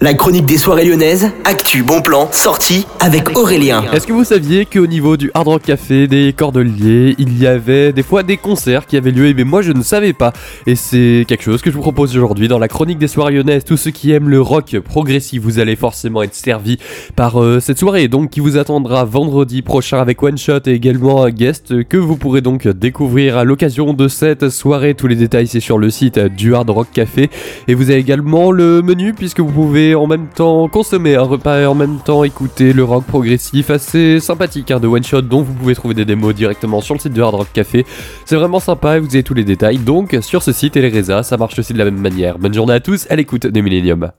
La chronique des soirées lyonnaises, actu, bon plan, sortie avec Aurélien. Est-ce que vous saviez qu'au niveau du Hard Rock Café des Cordeliers, il y avait des fois des concerts qui avaient lieu, mais moi je ne savais pas. Et c'est quelque chose que je vous propose aujourd'hui dans la chronique des soirées lyonnaises. Tous ceux qui aiment le rock progressif, vous allez forcément être servis par cette soirée, donc qui vous attendra vendredi prochain avec One Shot et également un guest que vous pourrez donc découvrir à l'occasion de cette soirée. Tous les détails c'est sur le site du Hard Rock Café. Et vous avez également le menu puisque vous pouvez en même temps consommer un repas et en même temps écouter le rock progressif assez sympathique de One Shot, dont vous pouvez trouver des démos directement sur le site de Hard Rock Café. C'est vraiment sympa et vous avez tous les détails donc sur ce site et les réseaux, ça marche aussi de la même manière. Bonne journée à tous à l'écoute de Millennium.